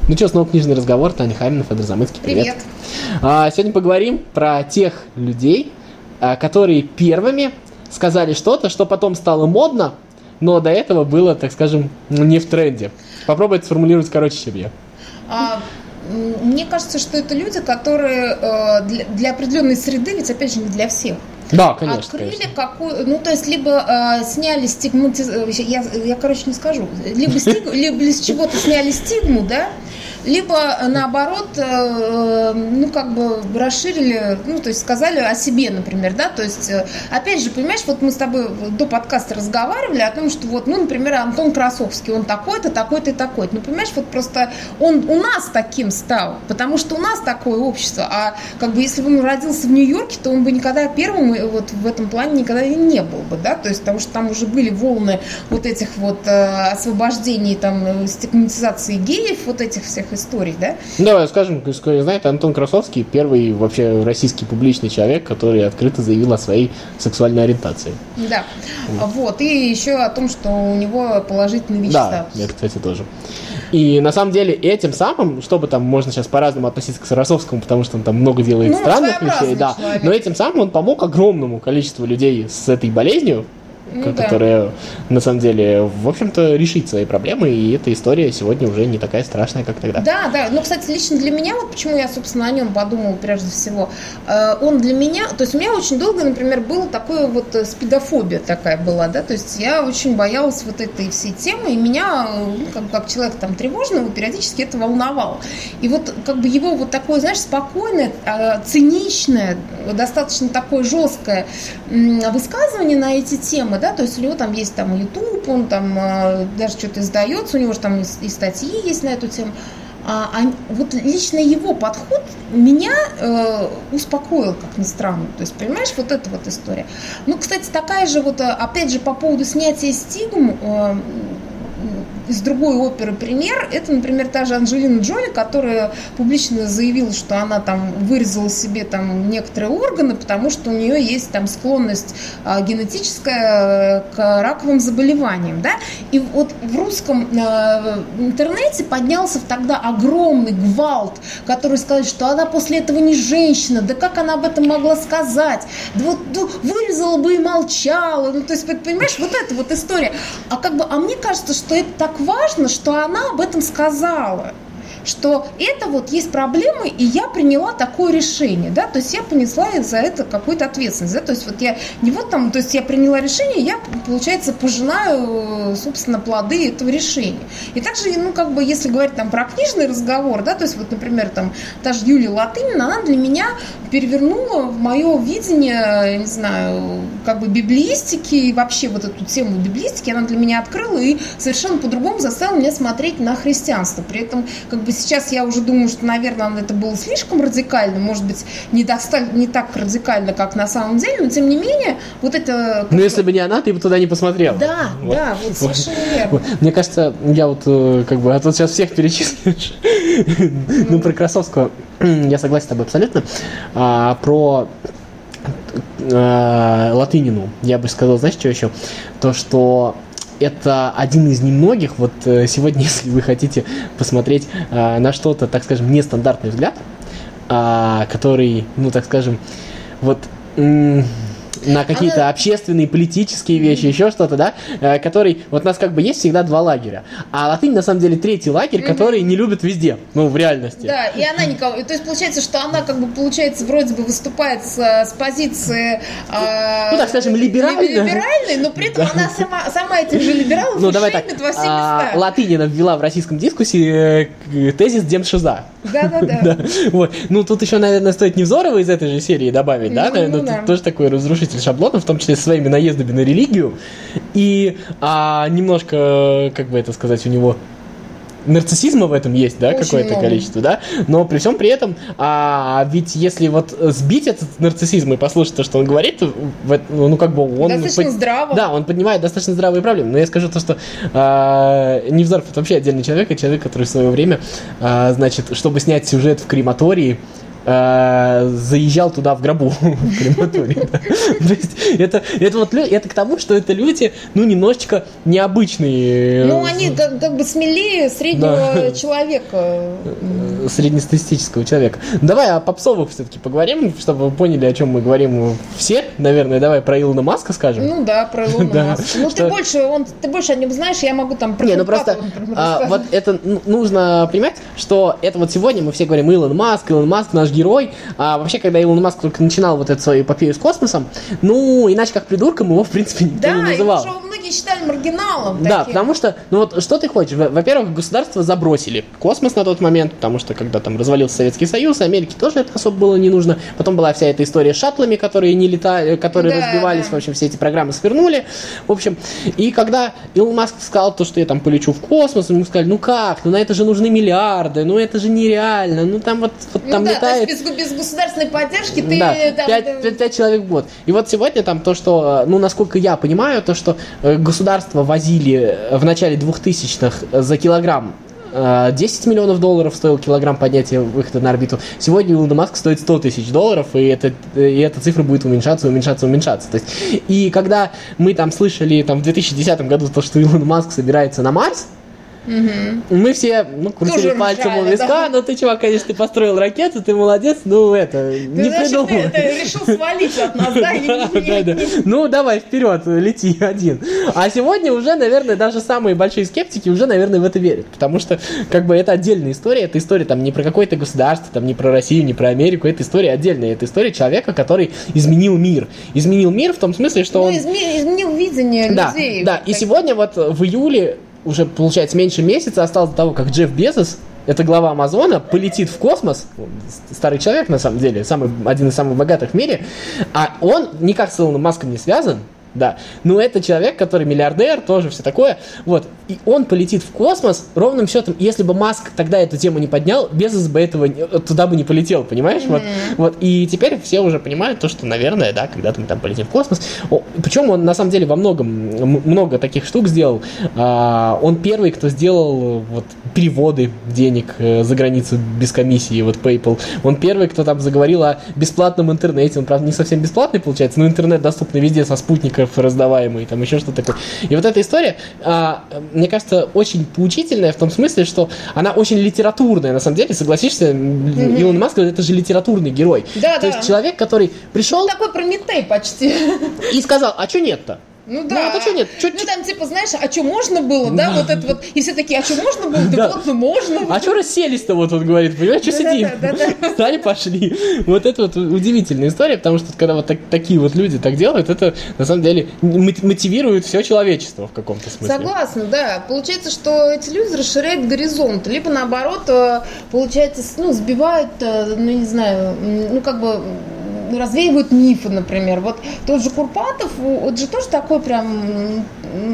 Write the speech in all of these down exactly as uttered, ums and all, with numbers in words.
Ну что, снова книжный разговор. Таня Хамина, Федор Замыцкий. Привет. Привет. А, сегодня поговорим про тех людей, а, которые первыми сказали что-то, что потом стало модно, но до этого было, так скажем, не в тренде. Попробуй это сформулировать короче, чем я. А, мне кажется, что это люди, которые э, для, для определенной среды, ведь опять же не для всех. Да, конечно. Открыли конечно. какую, ну то есть либо э, сняли стигматизацию, я, я, короче, не скажу, либо, стиг, либо с чего-то сняли стигму, да, либо наоборот, э, ну как бы расширили, ну то есть сказали о себе, например, да, то есть э, опять же, понимаешь, вот мы с тобой до подкаста разговаривали о том, что вот, ну, например, Антон Красовский, он такой-то, такой-то и такой-то, ну понимаешь, вот просто он у нас таким стал, потому что у нас такое общество, а как бы если бы он родился в Нью-Йорке, то он бы никогда первым вот в этом плане никогда и не был бы, да, то есть потому что там уже были волны вот этих вот э, освобождений, там, стигматизации геев, вот этих всех историй, да? Давай скажем, знаете, Антон Красовский первый вообще российский публичный человек, который открыто заявил о своей сексуальной ориентации. Да, вот, вот. И еще о том, что у него положительный ВИЧ-статус. Да, это, кстати, тоже. И на самом деле этим самым, чтобы там можно сейчас по-разному относиться к Сарасовскому, потому что он там много делает ну, странных вещей, да, человек. Но этим самым он помог огромному количеству людей с этой болезнью, ну, которая, да. на самом деле, в общем-то, решит свои проблемы, и эта история сегодня уже не такая страшная, как тогда. Да, да, ну, кстати, лично для меня, вот почему я, собственно, о нем подумала прежде всего, э, он для меня, то есть у меня очень долго, например, было такое вот спидофобия такая была, да, то есть я очень боялась вот этой всей темы, и меня, ну, как, как человек там тревожного, периодически это волновало. И вот как бы его вот такое, знаешь, спокойное, э, циничное, достаточно такое жесткое э, высказывание на эти темы, да, то есть у него там есть там YouTube, он там э, даже что-то издается, у него же там и, и статьи есть на эту тему. А, а вот лично его подход меня э, успокоил, как ни странно. То есть, понимаешь, вот эта вот история. Ну, кстати, такая же вот, опять же, по поводу снятия стигм, э, из другой оперы пример, это, например, та же Анджелина Джоли, которая публично заявила, что она там вырезала себе там некоторые органы, потому что у нее есть там склонность а, генетическая к раковым заболеваниям, да, и вот в русском а, интернете поднялся тогда огромный гвалт, который сказал, что она после этого не женщина, да как она об этом могла сказать, да вот да, вырезала бы и молчала, ну, то есть, понимаешь, вот эта вот история, а как бы, а мне кажется, что это так важно, что она об этом сказала, что это вот есть проблемы, и я приняла такое решение, да, то есть я понесла за это какую-то ответственность, да, то есть вот я не вот там, то есть я приняла решение, я, получается, пожинаю, собственно, плоды этого решения. И также, ну, как бы, если говорить там про книжный разговор, да, то есть вот, например, там, та же Юлия Латынина, она для меня перевернула в мое видение, я не знаю, как бы библеистики и вообще вот эту тему библеистики, она для меня открыла и совершенно по-другому заставила меня смотреть на христианство. При этом, как бы, сейчас я уже думаю, что, наверное, это было слишком радикально, может быть, не, доста- не так радикально, как на самом деле, но, тем не менее, вот это... Ну, если бы не она, ты бы туда не посмотрела. Да, вот. да, вот совершенно вот. верно. Вот. Мне кажется, я вот, как бы, а тут сейчас всех перечислишь. Ну, про Красовского я согласен с тобой абсолютно. А, про а, Латынину я бы сказал, знаешь, что еще? То, что это один из немногих, вот сегодня, если вы хотите посмотреть а, на что-то, так скажем, нестандартный взгляд, а, который, ну, так скажем, вот... М- на какие-то Она... общественные, политические вещи, еще что-то, да, э, который, вот у нас как бы есть всегда два лагеря, а Латынь на самом деле третий лагерь, mm-hmm. который не любит везде, ну, в реальности. Да, и она никого, то есть получается, что она как бы, получается, вроде бы выступает с, с позиции, э, ну, так скажем, либеральной, либеральной, но при этом она сама, сама этих же либералов ну, давай так, во все места. А, Латынина ввела в российском дискуссии э, тезис демшиза. Да-да-да. Вот. Ну, тут еще, наверное, стоит Невзорова из этой же серии добавить, ну, да? Ну, наверное, да. Тут тоже такой разрушитель шаблонов, в том числе со своими наездами на религию. И а, немножко, как бы это сказать, у него нарциссизма в этом есть, да, очень какое-то много. Количество, да, но при всем при этом, а, ведь если вот сбить этот нарциссизм и послушать то, что он говорит, в, ну, как бы он... Достаточно под... здраво. Да, он поднимает достаточно здравые проблемы, но я скажу то, что а, Невзоров — это вообще отдельный человек, и человек, который в свое время, а, значит, чтобы снять сюжет в крематории, э, заезжал туда в гробу, в крематорий. То есть это, это вот это к тому, что это люди, ну, немножечко необычные. Ну, они как бы смелее среднего человека. Среднестатистического человека. Давай о попсовых все-таки поговорим, чтобы вы поняли, о чем мы говорим все, наверное. Давай про Илона Маска скажем. Ну да, про Илона Маска. Ну, ты больше, он, ты больше о нем знаешь, я могу там про Не, ну просто а, вот это нужно понимать, что это вот сегодня мы все говорим Илон Маск, Илон Маск наш герой, а вообще, когда Илон Маск только начинал вот эту свою эпопею с космосом, ну, иначе как придурком его, в принципе, никто да, не называл. Да, его многие считали маргиналом. Да, таким. Потому что, ну вот, что ты хочешь? Во-первых, государство забросили космос на тот момент, потому что, когда там развалился Советский Союз, Америке тоже это особо было не нужно. Потом была вся эта история с шаттлами, которые не летали, которые да, разбивались, да. В общем, все эти программы свернули. В общем, и когда Илон Маск сказал то, что я там полечу в космос, ему сказали, ну как, ну на это же нужны миллиарды, ну это же нереально, ну там вот, вот ну там да, летает... То есть без, без государственной поддержки ты... Да, там, пять, ты... пять человек в год. И вот сегодня там то, что, ну насколько я понимаю, то, что государство возили в начале двухтысячных за килограмм десять миллионов долларов стоил килограмм поднятия выхода на орбиту. Сегодня Илон Маск стоит сто тысяч долларов, и, это, и эта цифра будет уменьшаться, уменьшаться, уменьшаться. То есть, и когда мы там слышали там, в две тысячи десятом году то, что Илон Маск собирается на Марс, угу. Мы все, ну, крутили тоже пальцем ржали, у виска, да. Ну ты, чувак, конечно, ты построил ракету, ты молодец, ну это, ты не значит, придумал. Ты, ты решил свалить от нас, да? Да, да. Ну давай, вперед, лети один. А сегодня уже, наверное, даже самые большие скептики уже, наверное, в это верят, потому что, как бы, это отдельная история, это история там не про какое-то государство, там не про Россию, не про Америку, это история отдельная, это история человека, который изменил мир. Изменил мир в том смысле, что ну, он... изменил видение да, людей. Да, вот и сегодня вот в июле уже, получается, меньше месяца осталось до того, как Джефф Безос, это глава Амазона, полетит в космос, старый человек, на самом деле, самый, один из самых богатых в мире, а он никак с Илоном Маском не связан, да, но это человек, который миллиардер, тоже все такое, вот, и он полетит в космос ровным счетом, если бы Маск тогда эту тему не поднял, Безос бы этого, туда бы не полетел, понимаешь, mm-hmm. вот, вот, и теперь все уже понимают то, что, наверное, да, когда-то мы там полетим в космос, О, причем он, на самом деле, во многом, много таких штук сделал, а, он первый, кто сделал, вот, переводы денег за границу без комиссии, вот, PayPal, он первый, кто там заговорил о бесплатном интернете, он, правда, не совсем бесплатный, получается, но интернет доступный везде со спутника раздаваемый, там еще что-то такое. И вот эта история, а, мне кажется, очень поучительная в том смысле, что она очень литературная, на самом деле, согласишься, mm-hmm. Илон Маск, это же литературный герой. Да, То да. есть человек, который пришел... Такой Прометей почти. И сказал, а что нет-то? Ну да. Ну, а что нет? Чё, ну там типа, знаешь, а что можно было, да, вот это вот, и все такие, а что можно было, да, да. вот, ну можно. А что расселись-то, вот он говорит, понимаешь, что да, сидим? Да, да, да. Встали, пошли. Вот это вот удивительная история, потому что когда вот так, такие вот люди так делают, это на самом деле мотивирует все человечество в каком-то смысле. Согласна, да. Получается, что эти люди расширяют горизонт, либо наоборот, получается, ну, сбивают, ну, не знаю, ну, как бы... развеивают мифы, например. Вот тот же Курпатов, он же тоже такой прям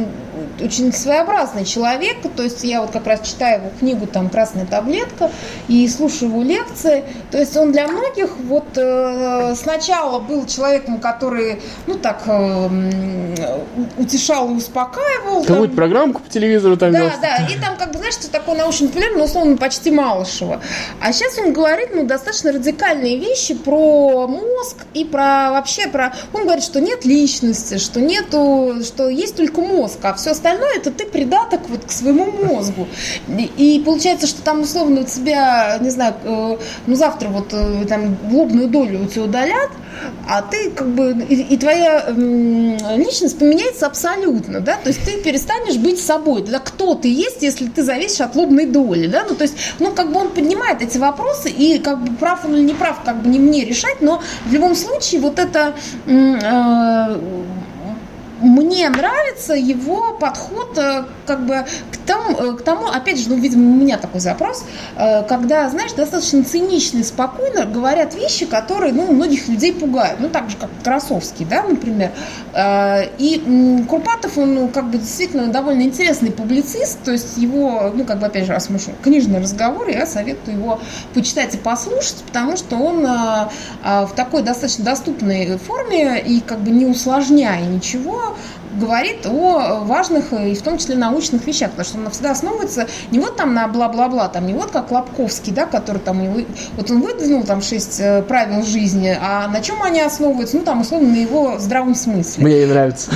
очень своеобразный человек. То есть я вот как раз читаю его книгу там «Красная таблетка» и слушаю его лекции. То есть он для многих вот э, сначала был человеком, который, ну так, э, утешал и успокаивал. Какую-то программку по телевизору там Да, вел. да. И там, как бы, знаешь, что такое научно-популярное, но условно почти Малышева. А сейчас он говорит, ну, достаточно радикальные вещи про мозг и про вообще про... Он говорит, что нет личности, что нету, что есть только мозг, а все остальное это ты придаток вот к своему мозгу. И, и получается, что там условно у тебя, не знаю, э, ну завтра вот э, там лобную долю у тебя удалят, а ты как бы и, и твоя э, личность поменяется абсолютно, да, то есть ты перестанешь быть собой. Тогда кто ты есть, если ты зависишь от лобной доли, да, ну то есть, ну как бы он поднимает эти вопросы и как бы прав он или не прав, как бы не мне решать, но в любом случае вот это э, мне нравится его подход как бы к тому, к тому, опять же, ну, видимо, у меня такой запрос, когда, знаешь, достаточно цинично и спокойно говорят вещи, которые, ну, многих людей пугают, ну, так же, как Красовский, да, например. И Курпатов, он, ну, как бы действительно довольно интересный публицист, то есть его, ну, как бы, опять же, раз мы книжный разговор, я советую его почитать и послушать, потому что он в такой достаточно доступной форме и как бы не усложняя ничего, говорит о важных и в том числе научных вещах, потому что он всегда основывается не вот там на бла-бла-бла, там не вот как Лобковский, да, который там, вот он выдвинул там шесть правил жизни, а на чем они основываются? Ну, там, условно, на его здравом смысле. Мне не нравится.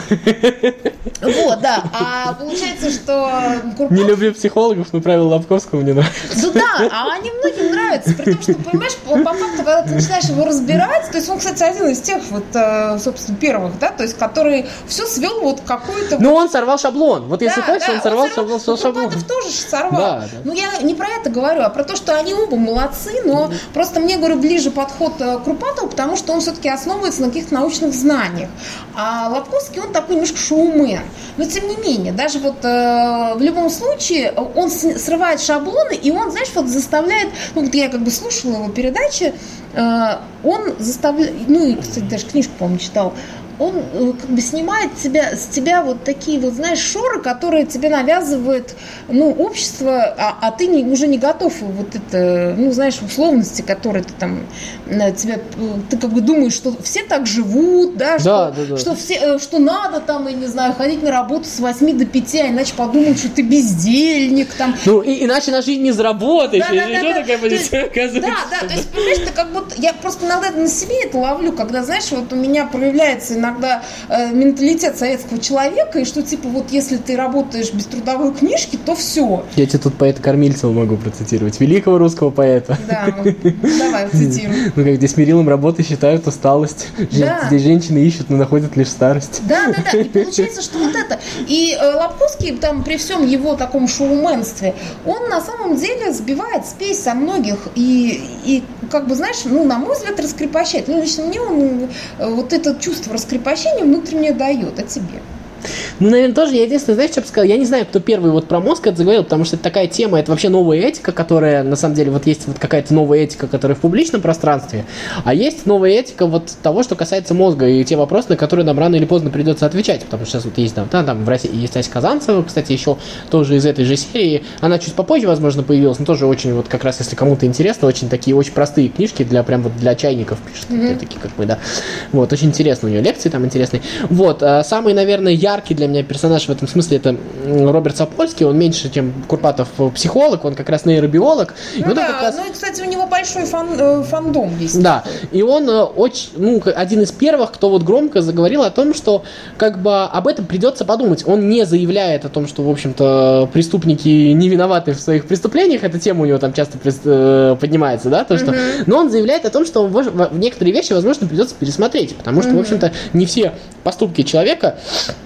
Вот, да. А получается, что Курпатов... Не люблю психологов, но правила Лобковского мне нравятся. Ну да, а они многим нравятся, при том, что, понимаешь, по, по факту, когда ты начинаешь его разбирать, то есть он, кстати, один из тех вот, собственно, первых, да, то есть который все свел вот какой-то... Ну, он сорвал шаблон. Вот если да, хочешь, да, он сорвал, он сорвал шаблон. шаблон. Курпатов тоже сорвал. Да, да. Ну, я не про это говорю, а про то, что они оба молодцы, но mm-hmm. просто мне, говорю, ближе подход к Курпатову, потому что он все-таки основывается на каких-то научных знаниях. А Лобковский, он такой немножко шоумен. Но, тем не менее, даже вот э, в любом случае он с, срывает шаблоны, и он, знаешь, вот заставляет, ну, вот я как бы слушала его передачи, э, он заставляет, ну, и, кстати, даже книжку, по-моему, читал, он э, как бы снимает тебя, с тебя вот такие вот, знаешь, шоры, которые тебе навязывает, ну, общество, а, а ты не, уже не готов вот это, ну, знаешь, условности, которые ты там, тебя, ты как бы думаешь, что все так живут, да, да, что, да, да. что, все, что надо там, я не знаю, ходить на работу с восьми до пяти, а иначе подумают, что ты бездельник там. Ну, и, иначе на жизнь не заработаешь, да, и да, еще да, такая позиция оказывается. Да, да, то есть, понимаешь, ты как будто, я просто иногда на себе это ловлю, когда, знаешь, вот у меня проявляется иногда э, менталитет советского человека, и что, типа, вот если ты работаешь без трудовой книжки, то все. Я тебе тут поэта Кормильцева могу процитировать, великого русского поэта. Да, ну, давай, цитируй. Ну, как здесь мерилом работы считают усталость, да. Здесь женщины ищут, но находят лишь старость. Да, да, да, и получается, что вот это, и э, Лобковский, там, при всем его таком шоуменстве, он на самом деле сбивает спесь со многих, и, и как бы, знаешь, ну, на мой взгляд, раскрепощает. Ну, лично мне он вот это чувство раскрепощения внутреннее дает, а тебе? Ну, наверное, тоже я единственное, знаешь, что бы сказал, я не знаю, кто первый вот про мозг это заговорил, потому что это такая тема, это вообще новая этика, которая, на самом деле, вот есть вот какая-то новая этика, которая в публичном пространстве, а есть новая этика вот того, что касается мозга, и те вопросы, на которые нам рано или поздно придется отвечать, потому что сейчас вот есть, там, да, там в России есть Ася Казанцева, кстати, еще тоже из этой же серии, она чуть попозже, возможно, появилась, но тоже очень, вот как раз, если кому-то интересно, очень такие, очень простые книжки для, прям вот для чайников пишет, mm-hmm. такие, как мы, да, вот, очень интересно, у нее лекции там интересные, вот, а самый, наверное, яркий для меня персонаж в этом смысле это Роберт Сапольский, он меньше, чем Курпатов психолог, он как раз нейробиолог. Ну вот да, как раз... ну и, кстати, у него большой фан, фандом есть. Да, и он очень, ну, один из первых, кто вот громко заговорил о том, что как бы об этом придется подумать. Он не заявляет о том, что, в общем-то, преступники не виноваты в своих преступлениях, эта тема у него там часто поднимается, да, то, что... Mm-hmm. Но он заявляет о том, что в некоторые вещи, возможно, придется пересмотреть, потому что, mm-hmm. в общем-то, не все поступки человека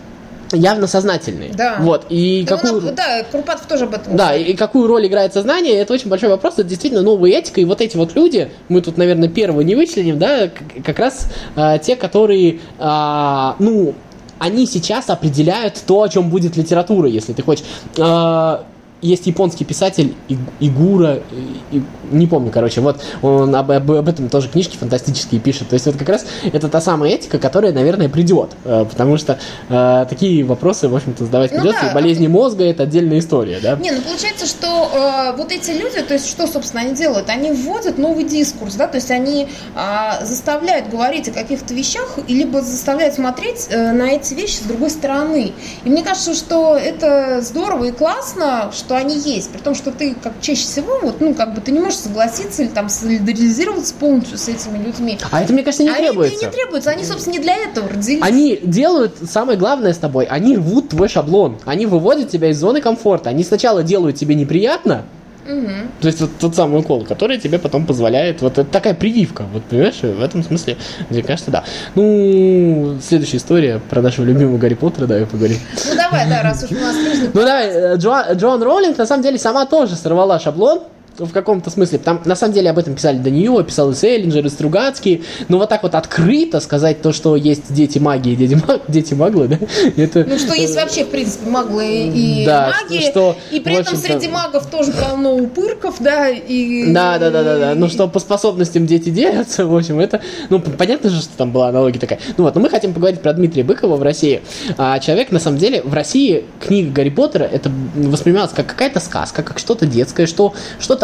явно сознательные. Да. Вот. И да, какую... он, да, Курпатов тоже об этом. Да, и, и какую роль играет сознание, это очень большой вопрос. Это действительно новая этика. И вот эти вот люди, мы тут, наверное, первого не вычленим, да, как раз а, те, которые, а, ну, они сейчас определяют то, о чем будет литература, если ты хочешь. А, есть японский писатель Игура, и, не помню, короче, вот он об, об, об этом тоже книжки фантастические пишет. То есть вот как раз это та самая этика, которая, наверное, придет, потому что э, такие вопросы, в общем-то, задавать ну придется. Да. И болезни мозга — это отдельная история, да? Не, ну получается, что э, вот эти люди, то есть что, собственно, они делают? Они вводят новый дискурс, да, то есть они э, заставляют говорить о каких-то вещах, либо заставляют смотреть э, на эти вещи с другой стороны. И мне кажется, что это здорово и классно, что они есть, при том, что ты как чаще всего, вот, ну, как бы ты не можешь согласиться или там солидаризироваться полностью с этими людьми. А это, мне кажется, не а требуется. Это не требуется, они, собственно, не для этого родились. Они делают самое главное с тобой, они рвут твой шаблон, они выводят тебя из зоны комфорта, они сначала делают тебе неприятно, угу. То есть вот тот самый укол, который тебе потом позволяет, вот это такая прививка, вот понимаешь, в этом смысле, мне кажется, да. Ну, следующая история про нашего любимого Гарри Поттера, давай поговорим. Ну давай, да, раз уж у нас книжный... Ну давай, Джо, Джоан Роулинг на самом деле сама тоже сорвала шаблон, в каком-то смысле, там, на самом деле об этом писали до нее, писал и Селлинджер, и Стругацкий, но вот так вот открыто сказать то, что есть дети магии и дети, маг, дети маглы, да, это... Ну, что есть вообще, в принципе, маглы и да, маги, что, и при этом среди магов тоже полно упырков, да, и... Да, да, да, да, да, ну, что по способностям дети делятся, в общем, это, ну, понятно же, что там была аналогия такая. Ну вот, но мы хотим поговорить про Дмитрия Быкова в России. А человек, на самом деле, в России книга Гарри Поттера, это воспринималось как какая-то сказка, как что-то детское, что, что-то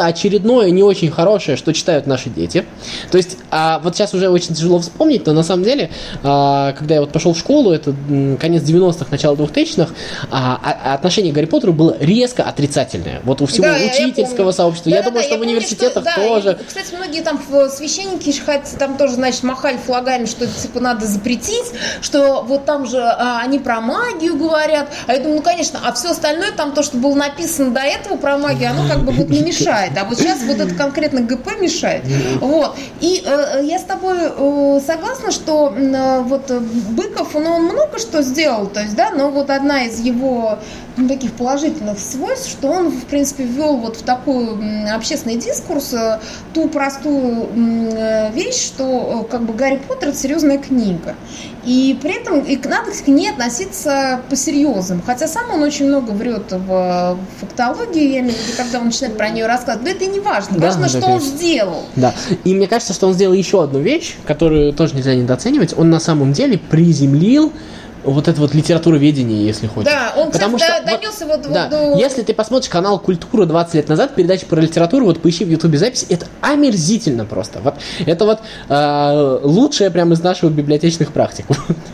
что-то очередное, не очень хорошее, что читают наши дети. То есть, а, вот сейчас уже очень тяжело вспомнить, но на самом деле, а, когда я вот пошел в школу, это конец девяностых, начало двухтысячных, а, а отношение к Гарри Поттеру было резко отрицательное. Вот у всего Да, учительского я сообщества. Да, я да, думаю, да, что я в университетах помню, что, тоже. Да, и, кстати, многие там священники там тоже, значит, махали флагами, что это типа надо запретить, что вот там же а, они про магию говорят. А я думаю, ну, конечно, а все остальное там, то, что было написано до этого про магию, оно как бы вот не мешает. А вот сейчас вот это конкретно ГП мешает. Вот. И э, я с тобой э, согласна, что э, вот Быков, ну, он много что сделал, то есть, да, но вот одна из его ну, таких положительных свойств, что он, в принципе, ввел вот в такой общественный дискурс э, ту простую э, вещь, что э, как бы Гарри Поттер — это серьезная книга. И при этом и надо к ней относиться по-серьезному. Хотя сам он очень много врет в фактологии, я имею в виду, когда он начинает про нее рассказывать. Да это и не важно. Да, важно, да, что конечно. он сделал. Да. И мне кажется, что он сделал еще одну вещь, которую тоже нельзя недооценивать. Он на самом деле приземлил вот это вот литературоведение, если хочешь. Да, он, Потому кстати, что, донесся вот, да, вот до... Если ты посмотришь канал «Культура» двадцать лет назад, передачу про литературу, вот поищи в Ютубе запись, это омерзительно просто. Вот, это вот э, лучшее прямо из наших библиотечных практик.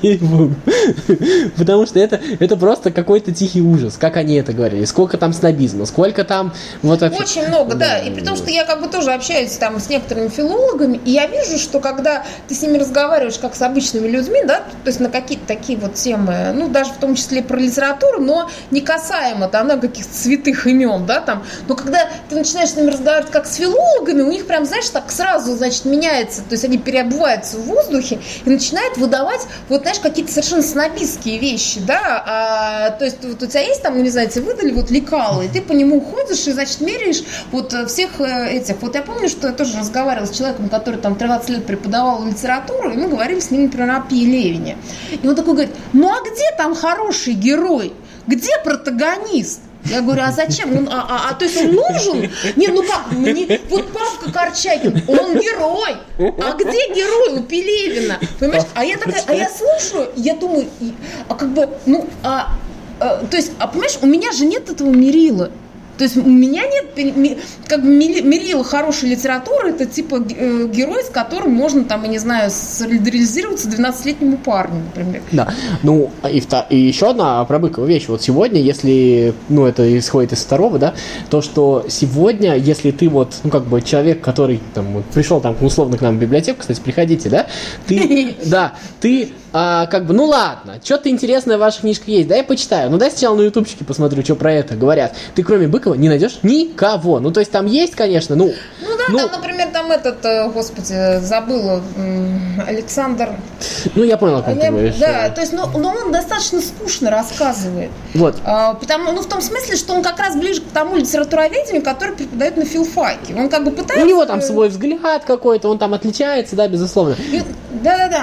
Потому что это, это просто какой-то тихий ужас, как они это говорили. Сколько там снобизма, сколько там... Вот вообще... Очень много, да. И при том, что я как бы тоже общаюсь там с некоторыми филологами, и я вижу, что когда ты с ними разговариваешь как с обычными людьми, да, то есть на какие-то такие вот темы, ну, даже в том числе про литературу, но не касаемо там, да, каких-то святых имен, да, там. Но когда ты начинаешь с ними разговаривать как с филологами, у них прям, знаешь, так сразу, значит, меняется, то есть они переобуваются в воздухе и начинают выдавать, вот, знаешь, какие-то совершенно снобистские вещи, да, а, то есть вот у тебя есть там, ну, не знаю, тебе выдали вот лекалы, и ты по нему ходишь и, значит, меряешь вот всех этих. Вот я помню, что я тоже разговаривала с человеком, который там тринадцать лет преподавал литературу, и мы говорили с ним, например, о Пелевине. И он такой говорит: ну а где там хороший герой? Где протагонист? Я говорю, а зачем? Он, а, а, а то есть он нужен? Не, ну как, мне, вот Павка Корчагин, он герой. А где герой у Пелевина? Понимаешь? А я такая, а я слушаю, я думаю, а как бы, ну, а, а, то есть, а понимаешь, у меня же нет этого мерила. То есть у меня нет как бы мерила хорошей литературы, это типа герой, с которым можно там, я не знаю, солидаризироваться двенадцатилетнему парню, например. Да, ну и, и еще одна про Быкова вещь. Вот сегодня, если, ну это исходит из второго, да, то что сегодня, если ты вот, ну как бы человек, который там вот, пришел там условно к нам в библиотеку, кстати, приходите, да, ты, да, ты А, как бы, ну ладно, что-то интересное в ваших книжках есть, да, я почитаю. Ну дай сначала на ютубчике посмотрю, что про это говорят. Ты кроме Быкова не найдешь никого. Ну то есть там есть, конечно, ну... Ну да, ну, там, например, там этот, господи, забыла, Александр... Ну я понял, как я, ты говоришь. Да, то есть, ну, но он достаточно скучно рассказывает. Вот. А, потому, ну в том смысле, что он как раз ближе к тому литературоведению, который преподает на филфаке. Он как бы пытается... У него там свой взгляд какой-то, он там отличается, да, безусловно. Да-да-да.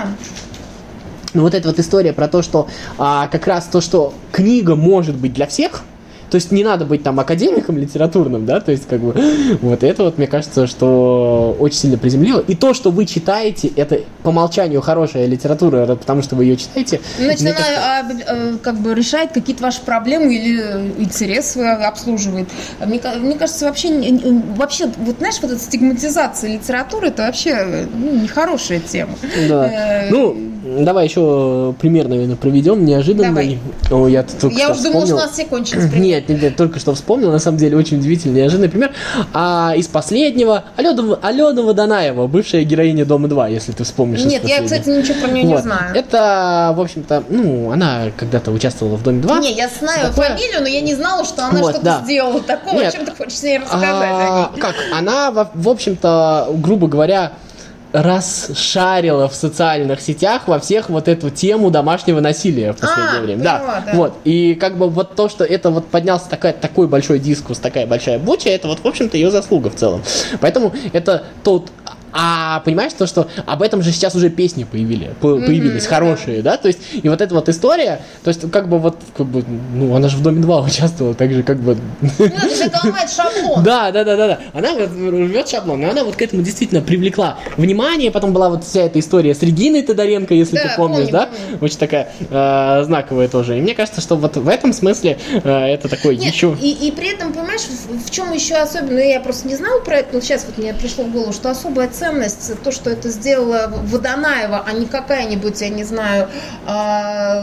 Ну вот эта вот история про то, что а, как раз то, что книга может быть для всех, то есть не надо быть там академиком литературным, да, то есть как бы вот это вот, мне кажется, что очень сильно приземлило. И то, что вы читаете, это по умолчанию хорошая литература, потому что вы ее читаете. Значит, она кажется... а, как бы решает какие-то ваши проблемы или интересы обслуживает. Мне, мне кажется, вообще, вообще, вот знаешь, вот эта стигматизация литературы, это вообще ну, нехорошая тема. Да. Ну, давай еще пример, наверное, проведем, неожиданный. Давай. О, я только я что уже вспомнил. думала, что у нас все кончились. Нет, нет, нет, только что вспомнил, на самом деле, очень удивительный, неожиданный пример. А из последнего, Алена, Алена Водонаева, бывшая героиня «Дома-два», если ты вспомнишь. Нет, я, кстати, ничего про нее вот. не знаю. Это, в общем-то, ну, она когда-то участвовала в «Доме-два». Не, я знаю такое... фамилию, но я не знала, что она вот, что-то да. сделала такого, нет. о чем ты хочешь с ней рассказать. А, как? Она, в общем-то, грубо говоря, расшарила в социальных сетях во всех вот эту тему домашнего насилия в последнее а, время. Поняла, да. да. Вот. И как бы вот то, что это вот поднялся такая, такой большой дискурс, такая большая буча, это вот, в общем-то, ее заслуга в целом. Поэтому это тот А понимаешь, то, что об этом же сейчас уже песни появили, появились mm-hmm, хорошие, да. да, то есть, и вот эта вот история, то есть, как бы вот, как бы, ну, она же в Доме два участвовала, так же, как бы... Ну, это же ломает шаблон. Да, да, да, да, да. Она вот рвет шаблон, и она вот к этому действительно привлекла внимание, потом была вот вся эта история с Региной Тодоренко, если ты помнишь, да, очень такая знаковая тоже, и мне кажется, что вот в этом смысле это такой еще... И, и при этом, понимаешь, в, в чем еще особенно, я просто не знала про это, но сейчас вот мне пришло в голову, что особая ценность, то, что это сделала Водонаева, а не какая-нибудь, я не знаю, а,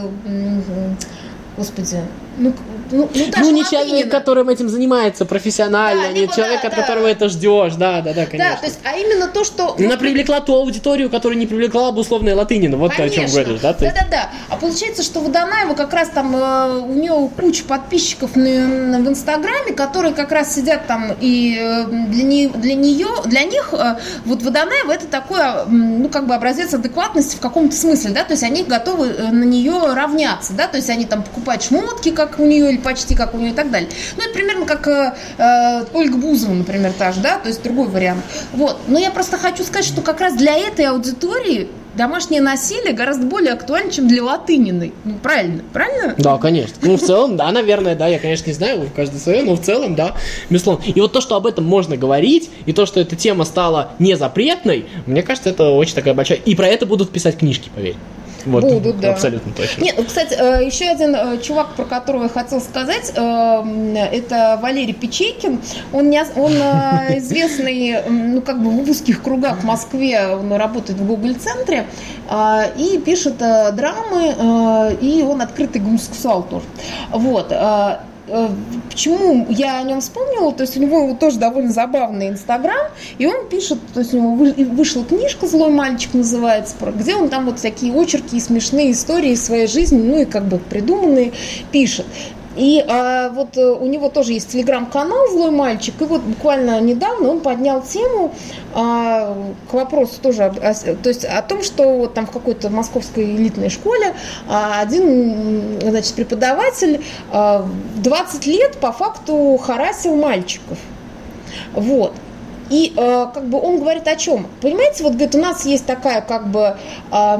господи, ну, ну, ну, ну не человек, которым этим занимается профессионально, да, не человек, да, от да. которого это ждешь, да, да, да, конечно. Да, то есть, а именно то, что... Она привлекла ту аудиторию, которую не привлекла бы условная Латынина, вот конечно. Ты о чем говоришь, да? Да, да, да. А получается, что Водонаева как раз там, э, у нее куча подписчиков на, в Инстаграме, которые как раз сидят там, и э, для, не, для нее, для них, э, вот Водонаева это такой, э, ну, как бы образец адекватности в каком-то смысле, да, то есть они готовы на нее равняться, да, то есть они там покупают шмотки, как у нее, или почти как у нее и так далее. Ну, это примерно как э, Ольга Бузова, например, та же, да, то есть другой вариант. Вот. Но я просто хочу сказать, что как раз для этой аудитории домашнее насилие гораздо более актуально, чем для Латыниной. Ну, правильно, правильно? Да, конечно. Ну, в целом, да, наверное, да, я, конечно, не знаю, каждый свое, но в целом, да, безусловно. И вот то, что об этом можно говорить, и то, что эта тема стала не запретной, мне кажется, это очень такая большая... И про это будут писать книжки, поверь. Вот, будут, да. Абсолютно точно. Нет, ну, кстати, еще один чувак, про которого я хотела сказать, это Валерий Печейкин. Он, не, он известный, ну, как бы в узких кругах в Москве, он работает в Google-центре и пишет драмы, и он открытый гомосексуал тоже. Вот. Почему я о нем вспомнила? То есть у него тоже довольно забавный Инстаграм, и он пишет, то есть у него вышла книжка «Злой мальчик» называется, где он там вот всякие очерки и смешные истории из своей жизни, ну и как бы придуманные, пишет. И а, вот у него тоже есть телеграм-канал «Злой мальчик», и вот буквально недавно он поднял тему а, к вопросу тоже, о, то есть о том, что вот там в какой-то московской элитной школе а, один, значит, преподаватель а, двадцать лет по факту харассил мальчиков. Вот. И э, как бы он говорит о чем? Понимаете, вот говорит, у нас есть такая как бы, э,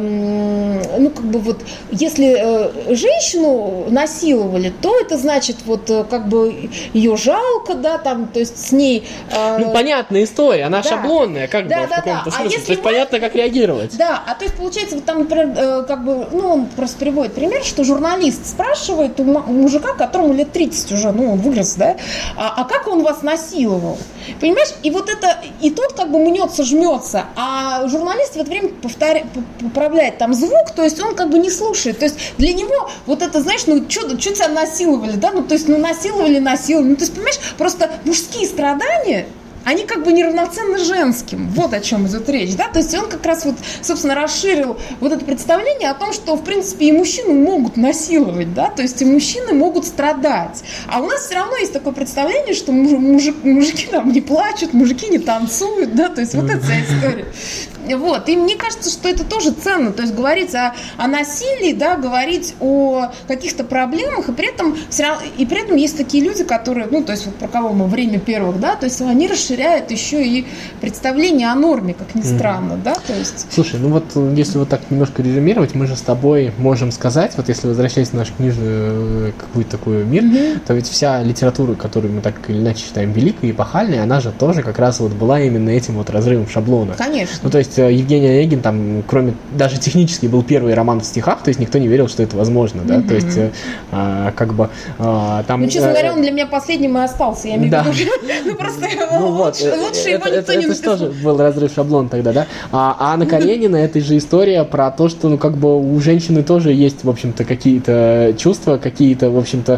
ну как бы вот, если э, женщину насиловали, то это значит вот э, как бы ее жалко, да, там, то есть с ней... Э, ну понятная история, она да. шаблонная, как да, бы да, в каком-то да. смысле, А то есть понятно, как реагировать. Да, а то есть получается, вот там, например, э, как бы, ну он просто приводит пример, что журналист спрашивает у мужика, которому лет тридцать уже, ну он вырос, да, а, а как он вас насиловал? Понимаешь, и вот это, и тот как бы мнется, жмется, а журналист в это время повторяет, поправляет там звук, то есть он как бы не слушает, то есть для него вот это, знаешь, ну что тебя насиловали, да, ну то есть ну насиловали, насиловали, ну то есть понимаешь, просто мужские страдания, они как бы неравноценны женским. Вот о чем идет речь, да? То есть он как раз вот, собственно, расширил вот это представление о том, что, в принципе, и мужчины могут насиловать, да? То есть и мужчины могут страдать. А у нас все равно есть такое представление, что мужик, мужики там не плачут, мужики не танцуют, да? То есть вот эта вся история. Вот. И мне кажется, что это тоже ценно. То есть говорить о, о насилии, да, говорить о каких-то проблемах, и при этом все равно, и при этом есть такие люди, которые, ну, то есть вот про кого мы время первых, да, то есть они расширяют еще и представление о норме, как ни странно, mm-hmm. да, то есть. Слушай, ну вот если вот так немножко резюмировать, мы же с тобой можем сказать, вот если возвращаясь в наш книжный какой-то такой мир, mm-hmm. то ведь вся литература, которую мы так или иначе считаем великой и эпохальной, она же тоже как раз вот была именно этим вот разрывом шаблона. Конечно. Ну, то есть Евгений Онегин, там, кроме, даже технически был первый роман в стихах, то есть никто не верил, что это возможно, да, mm-hmm. то есть, а, как бы, а, там... Ну, честно говоря, он для меня последним и остался, я имею в виду, ну, просто лучше его никто не написал. Это тоже был разрыв шаблона тогда, да, а Анна Каренина, это же история про то, что, ну, как бы, у женщины тоже есть, в общем-то, какие-то чувства, какие-то, в общем-то,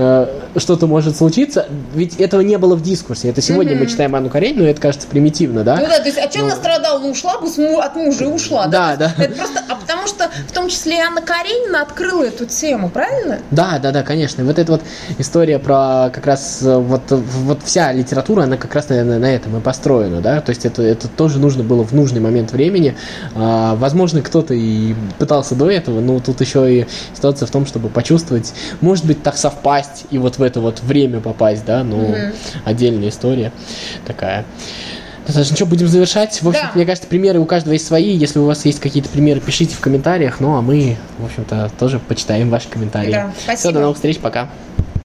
что-то может случиться, ведь этого не было в дискурсе, это сегодня мы читаем Анну Каренину, и это кажется примитивно, да. Ну, да, то есть, а что она страдала, ну, ушла бы от мужа и ушла. Да, да. да. Это просто, а потому что в том числе и Анна Каренина открыла эту тему, правильно? Да, да, да, конечно. И вот эта вот история про как раз вот, вот вся литература, она как раз, наверное, на этом и построена, да, то есть это, это тоже нужно было в нужный момент времени. А, возможно, кто-то и пытался до этого, но тут еще и ситуация в том, чтобы почувствовать, может быть, так совпасть и вот в это вот время попасть, да, ну, mm-hmm. отдельная история такая. Ну что, будем завершать. В общем, Да. мне кажется, примеры у каждого есть свои. Если у вас есть какие-то примеры, пишите в комментариях. Ну, а мы, в общем-то, тоже почитаем ваши комментарии. Да, Все, спасибо. до новых встреч, пока.